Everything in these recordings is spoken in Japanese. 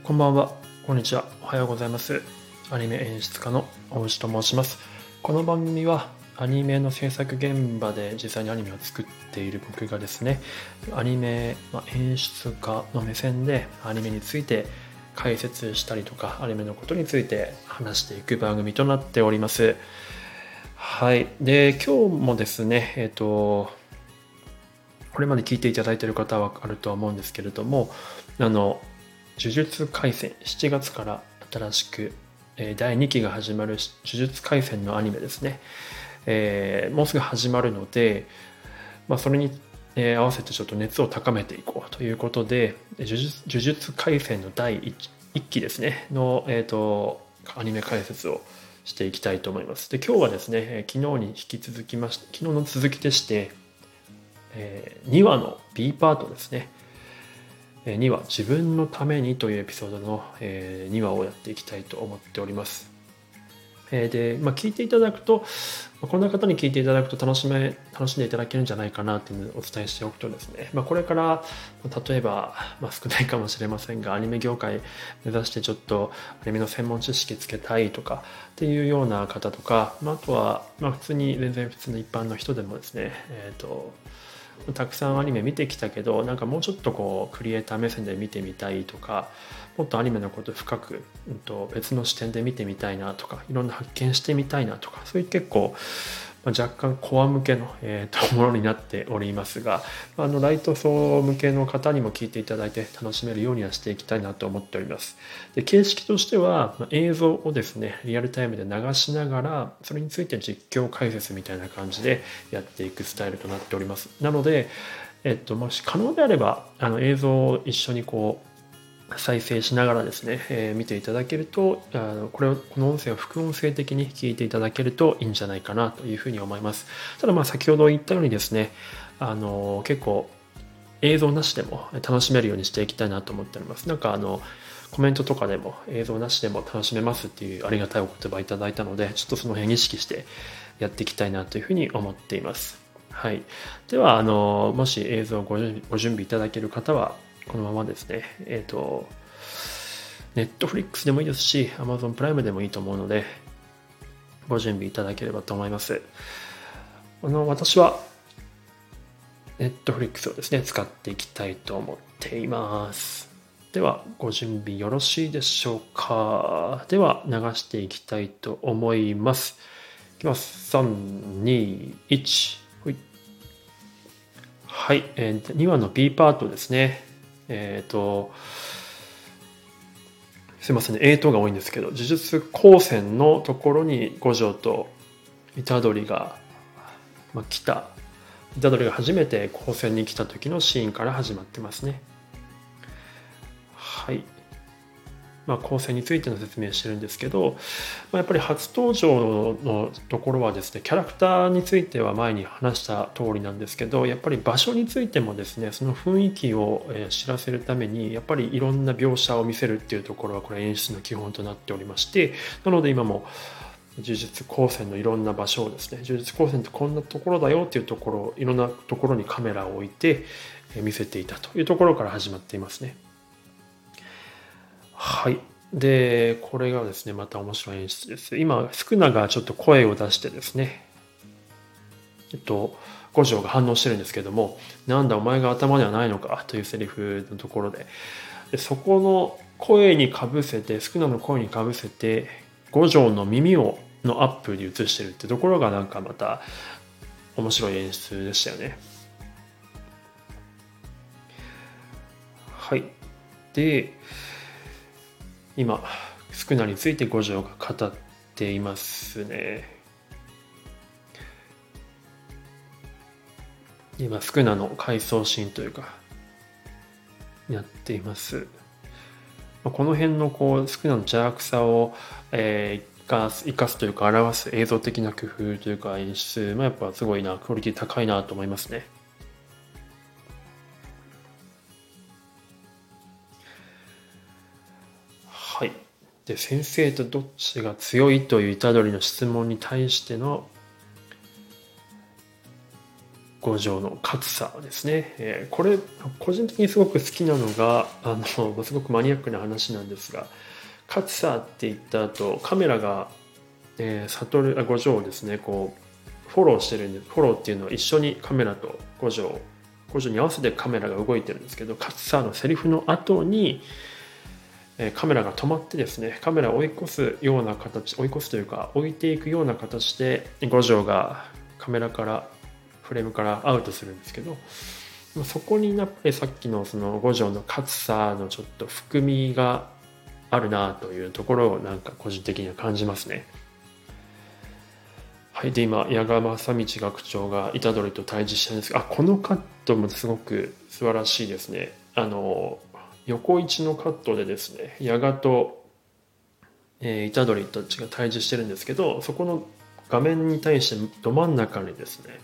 こんばんは、こんにちは、おはようございます。アニメ演出家の大内と申します。この番組はアニメの制作現場で実際にアニメを作っている僕がですね、アニメ、演出家の目線でアニメについて解説したりとか、アニメのことについて話していく番組となっております。はい。で、今日もですね、これまで聞いていただいている方はあるとは思うんですけれども、呪術廻戦、7月から新しく第2期が始まる呪術廻戦のアニメですね。もうすぐ始まるので、それに合わせてちょっと熱を高めていこうということで、呪術廻戦の第 1期ですね、の、アニメ解説をしていきたいと思います。で、今日はですね、昨日に引き続きまして、昨日の続きでして、2話の B パートですね。2話自分のためにというエピソードの2話をやっていきたいと思っております。で、聞いていただくと、こんな方に聞いていただくと楽しんでいただけるんじゃないかなというのをお伝えしておくとですね、これから例えば、少ないかもしれませんが、アニメ業界目指してちょっとアニメの専門知識つけたいとかっていうような方とか、あとは、全然普通の一般の人でもですね、たくさんアニメ見てきたけど、なんかもうちょっとこうクリエイター目線で見てみたいとか、もっとアニメのこと深く、別の視点で見てみたいなとか、いろんな発見してみたいなとか、そういう結構若干コア向けの、ものになっておりますが、ライト層向けの方にも聞いていただいて楽しめるようにはしていきたいなと思っております。で、形式としては、映像をですねリアルタイムで流しながら、それについて実況解説みたいな感じでやっていくスタイルとなっております。なので、もし可能であれば映像を一緒にこう再生しながらですね、見ていただけると、この音声を副音声的に聞いていただけるといいんじゃないかなというふうに思います。ただ先ほど言ったようにですね、結構映像なしでも楽しめるようにしていきたいなと思っております。なんかコメントとかでも映像なしでも楽しめますっていうありがたいお言葉いただいたので、ちょっとその辺意識してやっていきたいなというふうに思っています。はい。では、もし映像をご準備いただける方は、このままですね、Netflix でもいいですし、Amazon プライムでもいいと思うので、ご準備いただければと思います。私は、Netflix をですね、使っていきたいと思っています。では、ご準備よろしいでしょうか。では、流していきたいと思います。いきます。3、2、1。はい、2話の B パートですね。すいませんね、が多いんですけど、呪術高専のところに五条と虎杖が、来た。虎杖が初めて高専に来た時のシーンから始まってますね。はい。構成についての説明してるんですけど、やっぱり初登場のところはですね、キャラクターについては前に話した通りなんですけど、やっぱり場所についてもですね、その雰囲気を知らせるために、やっぱりいろんな描写を見せるっていうところは、これ演出の基本となっておりまして、なので今も呪術高専のいろんな場所をですね、呪術高専ってこんなところだよっていうところを、いろんなところにカメラを置いて見せていたというところから始まっていますね。はい。で、これがですね、また面白い演出です。今、スクナがちょっと声を出してですね、五条が反応してるんですけども、なんだお前が頭ではないのかというセリフのところで、そこの声にかぶせて、スクナの声にかぶせて、五条の耳のアップに映してるってところがなんかまた面白い演出でしたよね。はい。で、今、スクナについて五条が語っていますね。今、スクナの回想シーンというか、やっています。この辺のこうスクナの邪悪さを、生かすというか表す映像的な工夫というか演出、やっぱすごいな、クオリティ高いなと思いますね。はい。で、先生とどっちが強いという虎杖の質問に対しての五条のカツサですね。これ個人的にすごく好きなのがすごくマニアックな話なんですが、カツサって言った後カメラが、五条をですねこうフォローしてるんで、フォローっていうのは一緒にカメラと五条に合わせてカメラが動いてるんですけど、カツサのセリフの後にカメラが止まってですね、カメラを追い越すような形、追い越すというか置いていくような形で五条がカメラからフレームからアウトするんですけど、そこにやっぱりさっきのその五条のカツサのちょっと含みがあるなというところをなんか個人的には感じますね。はい、で今矢賀正道学長が虎杖と対峙したんですが、このカットもすごく素晴らしいですね。横一のカットでですね、矢賀と、虎杖たちが対峙してるんですけど、そこの画面に対してど真ん中にですね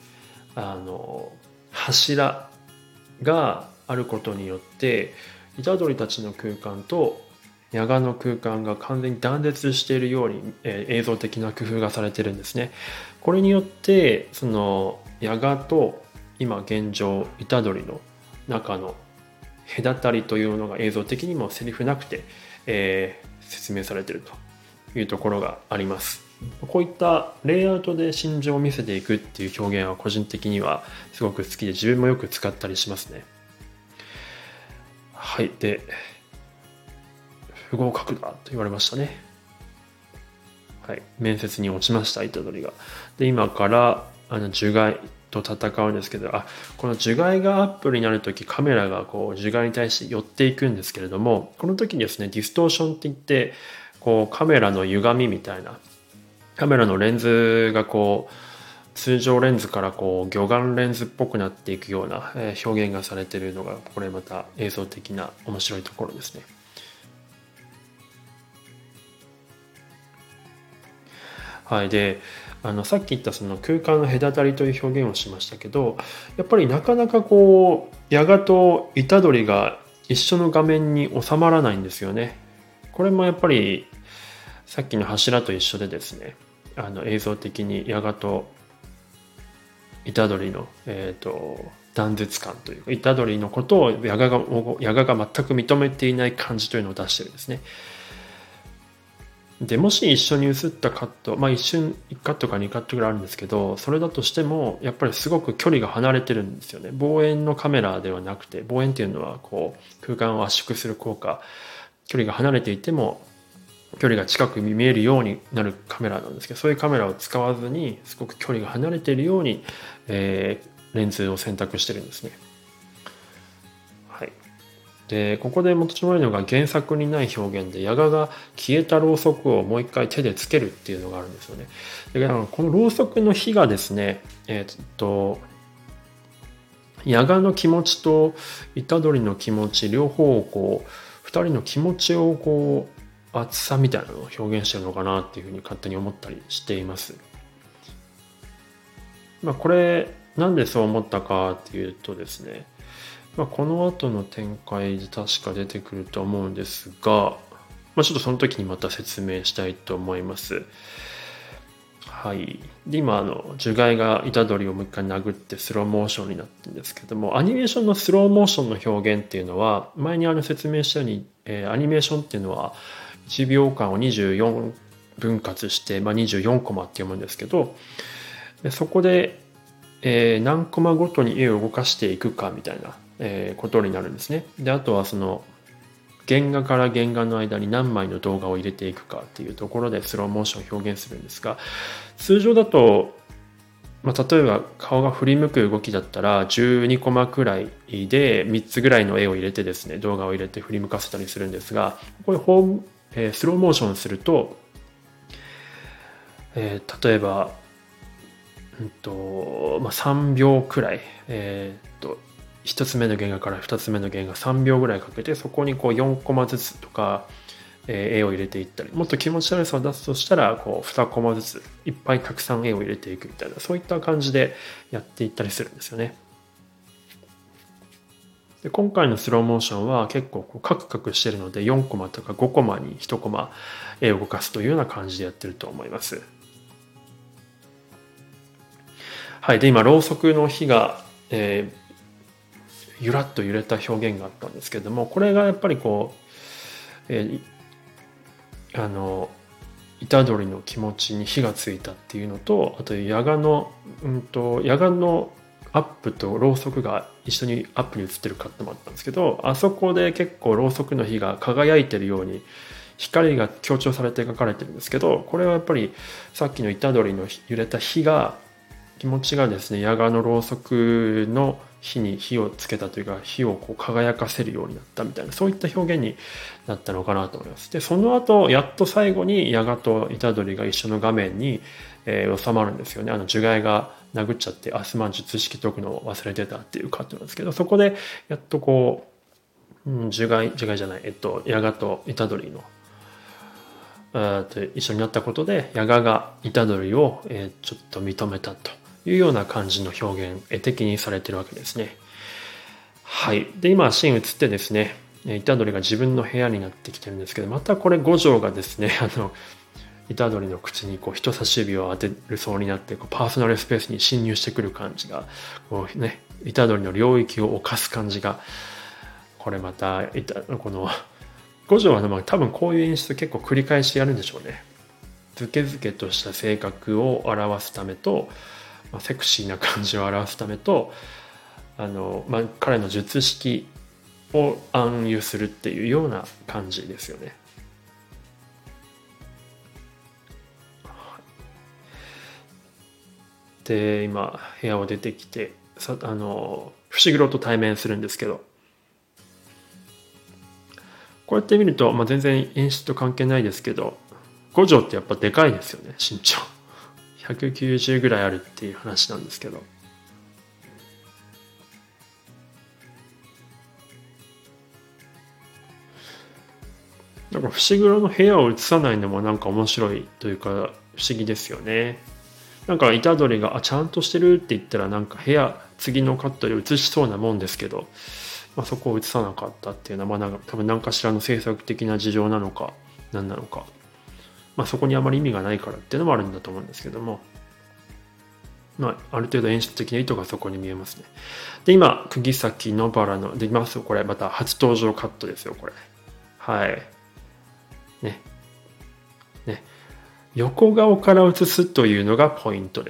柱があることによって虎杖たちの空間と矢賀の空間が完全に断絶しているように、映像的な工夫がされてるんですね。これによってその矢賀と今現状虎杖の中の隔たりというのが映像的にもセリフなくて、説明されているというところがあります。こういったレイアウトで心情を見せていくっていう表現は個人的にはすごく好きで、自分もよく使ったりしますね。はい、で不合格だと言われましたね。はい、面接に落ちました虎杖が。で今から樹海と戦うんですけど、この樹海がアップになるときカメラがこう樹海に対して寄っていくんですけれども、この時にですねディストーションっていってこうカメラの歪みみたいな、カメラのレンズがこう通常レンズからこう魚眼レンズっぽくなっていくような表現がされているのが、これまた映像的な面白いところですね。はい、でさっき言ったその空間の隔たりという表現をしましたけど、やっぱりなかなかこう矢賀と虎杖が一緒の画面に収まらないんですよね。これもやっぱりさっきの柱と一緒でですね、映像的に矢賀と虎杖の、断絶感というか、虎杖のことを矢賀が全く認めていない感じというのを出してるんですね。でもし一緒に映ったカット、一瞬1カットか2カットぐらいあるんですけど、それだとしてもやっぱりすごく距離が離れてるんですよね。望遠のカメラではなくて、望遠っていうのはこう空間を圧縮する効果、距離が離れていても距離が近く見えるようになるカメラなんですけど、そういうカメラを使わずにすごく距離が離れているように、レンズを選択してるんですね。はい。でここでも面白いのが原作にない表現で、矢賀が消えたろうそくをもう一回手でつけるっていうのがあるんですよね。でこのろうそくの火がですね、矢賀の気持ちと虎杖の気持ち両方をこう2人の気持ちをこう熱さみたいなのを表現してるのかなっていうふうに勝手に思ったりしています。これなんでそう思ったかっていうとですね、この後の展開で確か出てくると思うんですが、ちょっとその時にまた説明したいと思います。はい。で今樹海が虎杖をもう一回殴ってスローモーションになってるんですけども、アニメーションのスローモーションの表現っていうのは前に説明したように、アニメーションっていうのは1秒間を24分割して、24コマって読むんですけど、そこで、何コマごとに絵を動かしていくかみたいな、ことになるんですね。であとはその原画から原画の間に何枚の動画を入れていくかっていうところでスローモーションを表現するんですが、通常だと、例えば顔が振り向く動きだったら12コマくらいで3つぐらいの絵を入れてですね、動画を入れて振り向かせたりするんですが、これスローモーションすると、例えば、3秒くらい、1つ目の原画から2つ目の原画3秒ぐらいかけて、そこにこう4コマずつとか、絵を入れていったり、もっと気持ち悪さを出すとしたらこう2コマずついっぱいたくさん絵を入れていくみたいな、そういった感じでやっていったりするんですよね。で今回のスローモーションは結構こうカクカクしてるので、4コマとか5コマに1コマ絵を動かすというような感じでやってると思います。はい。で今ろうそくの火がえゆらっと揺れた表現があったんですけども、これがやっぱりこう、あの虎杖の気持ちに火がついたっていうのと、あとヤガのアップとろうそくが一緒にアップに映ってるカットもあったんですけど、あそこで結構ろうそくの火が輝いてるように光が強調されて描かれてるんですけど、これはやっぱりさっきの虎杖の揺れた火が、気持ちがですね、ヤガのろうそくの火に火をつけたというか、火をこう輝かせるようになったみたいな、そういった表現になったのかなと思います。でその後やっと最後にヤガと虎杖が一緒の画面に、収まるんですよね。呪骸が殴っちゃってアスマン術式解くのを忘れてたっていうカットなんですけど、そこでやっとこう、呪骸じゃない、ヤガと虎杖の一緒になったことで、ヤガが虎杖を、ちょっと認めたというような感じの表現、絵的にされてるわけですね。はい。で、今、シーン移ってですね、虎杖が自分の部屋になってきてるんですけど、またこれ五条がですね、虎杖の口にこう人差し指を当てるそうになって、こうパーソナルスペースに侵入してくる感じが、こうね、虎杖の領域を侵す感じが、これまた、この、五条は多分こういう演出結構繰り返しやるんでしょうね。ズケズケとした性格を表すためと、セクシーな感じを表すためと、彼の術式を暗喩するっていうような感じですよね。で今部屋を出てきて伏黒と対面するんですけど、こうやって見ると、全然演出と関係ないですけど、五条ってやっぱでかいですよね。身長190ぐらいあるっていう話なんですけど、なんか伏黒の部屋を映さないのもなんか面白いというか不思議ですよね。なんか虎杖がちゃんとしてるって言ったら、なんか部屋次のカットで映しそうなもんですけど、そこを映さなかったっていうのは、多分何かしらの制作的な事情なのか何なのか、そこにあまり意味がないからっていうのもあるんだと思うんですけども、ある程度演出的な意図がそこに見えますね。で今釘崎野原のできますよ。これまた初登場カットですよ、これ。はいね。横顔から映すというのがポイントです。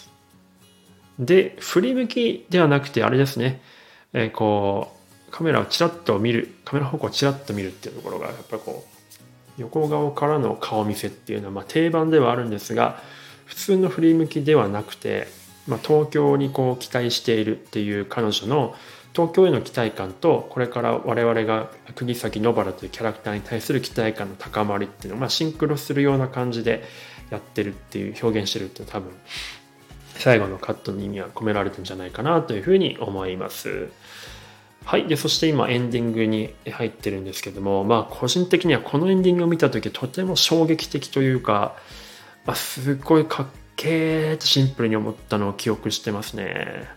で、振り向きではなくてあれですね、こうカメラをチラッと見る、カメラ方向をチラッと見るっていうところがやっぱりこう横顔からの顔見せっていうのは定番ではあるんですが、普通の振り向きではなくて、東京にこう期待しているっていう彼女の東京への期待感と、これから我々が釘崎野原というキャラクターに対する期待感の高まりっていうのをシンクロするような感じでやってるっていう、表現してるっていうのは多分最後のカットの意味は込められてるんじゃないかなというふうに思います。はい。で、そして今エンディングに入ってるんですけども、個人的にはこのエンディングを見た時とても衝撃的というか、すごいかっけーとシンプルに思ったのを記憶してますね。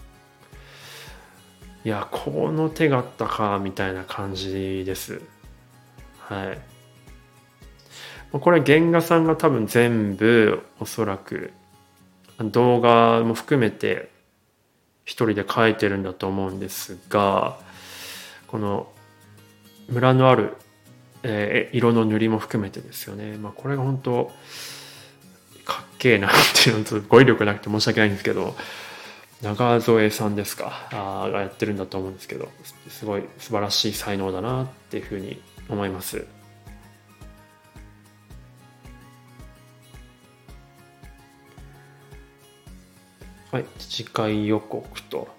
いや、この手があったかみたいな感じです。はい。これ原画さんが多分全部おそらく動画も含めて一人で描いてるんだと思うんですが、このムラのある、色の塗りも含めてですよね。これが本当かっけえなっていうのと、語彙力なくて申し訳ないんですけど、長添さんですかがやってるんだと思うんですけど、すごい素晴らしい才能だなっていうふうに思います。はい、次回予告と。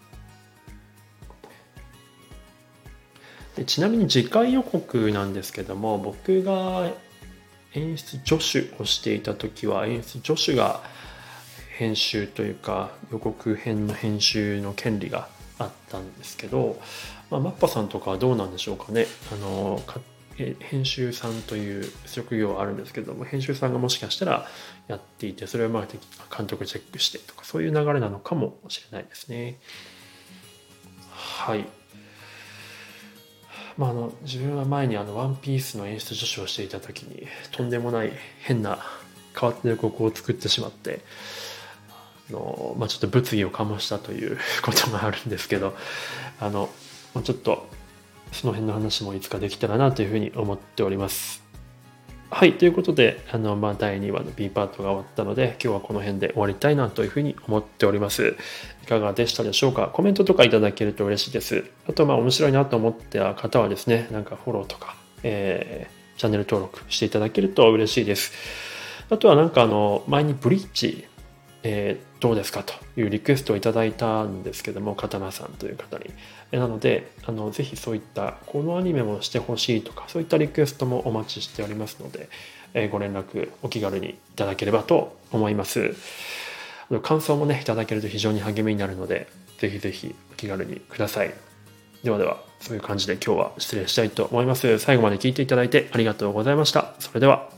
でちなみに次回予告なんですけども、僕が演出助手をしていた時は、演出助手が編集というか予告編の編集の権利があったんですけど、マッパさんとかはどうなんでしょうかね。編集さんという職業はあるんですけども、編集さんがもしかしたらやっていて、それを監督チェックしてとか、そういう流れなのかもしれないですね。はい。自分は前にワンピースの演出助手をしていた時に、とんでもない変な変わった予告を作ってしまって、 ちょっと物議を醸したということがあるんですけど、ちょっとその辺の話もいつかできたらなというふうに思っております。はい、ということで、第2話の B パートが終わったので、今日はこの辺で終わりたいなというふうに思っております。いかがでしたでしょうか？コメントとかいただけると嬉しいです。あと、面白いなと思った方はですね、なんかフォローとか、チャンネル登録していただけると嬉しいです。あとはなんか前にブリッジ、どうですかというリクエストをいただいたんですけども、刀さんという方に。なので、ぜひそういったこのアニメもしてほしいとか、そういったリクエストもお待ちしておりますので、ご連絡お気軽にいただければと思います。感想もね、いただけると非常に励みになるので、ぜひぜひお気軽にください。ではでは、そういう感じで今日は失礼したいと思います。最後まで聞いていただいてありがとうございました。それでは。